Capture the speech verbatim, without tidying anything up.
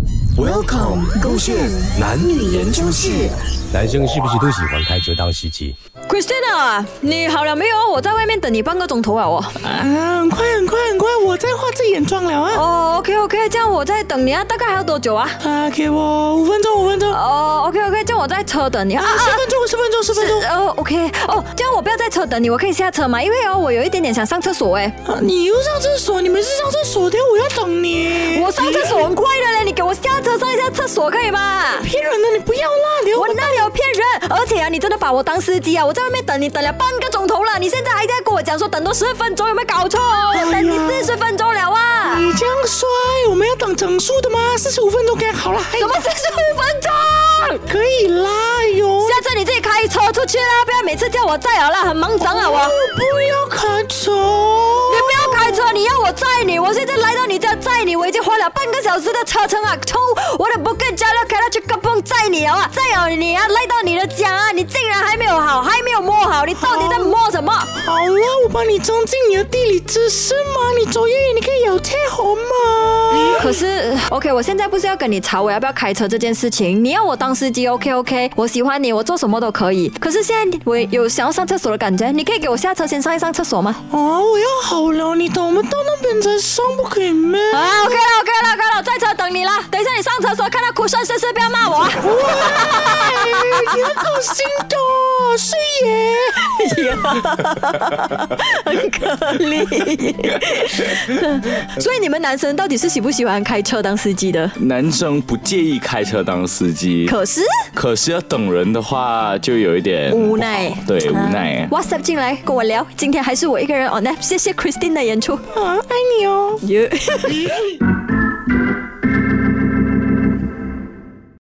Welcome， 勾选男女研究室。 男生是不是都喜欢开车当司机 ？Christina， 你好了没有？我在外面等你半个钟头了哦。 啊，很快很快很快，我在画这眼妆了啊。 哦 ，OK OK， 这样我在等你啊，大概还要多久啊？ 啊，给我五分钟五分钟。 哦 ，OK OK， 这样我在车等你啊。 十分钟十分钟十分钟。 哦 ，OK， 哦，这样我不要在车等你，我可以下车吗？因为哦，我有一点点想上厕所哎。 啊，你又上厕所？你每次上厕所的，我要等你。 我上厕所很快的嘞，你给我下车上一下厕所可以吗？ 骗人的，你不要啦！ 我哪里有骗人？而且啊，你真的把我当司机啊！我在外面等你等了半个钟头了，你现在还在跟我讲说等多十分钟，有没有搞错？我等你四十分钟了啊！ 你这样衰，我们要等整数的吗？四十五分钟，好了。 什么四十五分钟？ 可以啦哟！ 下次你自己开车出去啦，不要每次叫我载好了，很忙张啊我。 我不要开车。 你不要开车，你要我载你，我现在来到你家载你，我已经花了半个小时的车程啊，从我的Bukit Jalil开到去Kampung载你啊，载了你啊，来到你的家啊，你竟然还没有好，还没有摸好，你到底在摸什么？ 好了，我帮你增进你的地理知识嘛，你走远远你可以有贴红嘛。 可是 OK， 我现在不是要跟你吵我要不要开车这件事情，你要我当司机 OK OK， 我喜欢你，我做什么都可以。可是现在我有想要上厕所的感觉，你可以给我下车先上一上厕所吗？ 哦，我要好了，你等我们到那边再上不可以咩？ 啊 OK 了 OK 了 OK 了，在车等你了。等一下你上厕所看到哭声试试，不要骂我啊！ 哇，你很恶心的，是耶， 很可怜。所以你们男生到底是喜不喜欢开车当司机的？ 男生不介意开车当司机， 可是可是要等人的话，就有一点无奈。 对，无奈。 啊、WhatsApp 进来跟我聊，今天还是我一个人 on app。谢谢 Christine 的演出。 啊，爱你哦。 Yeah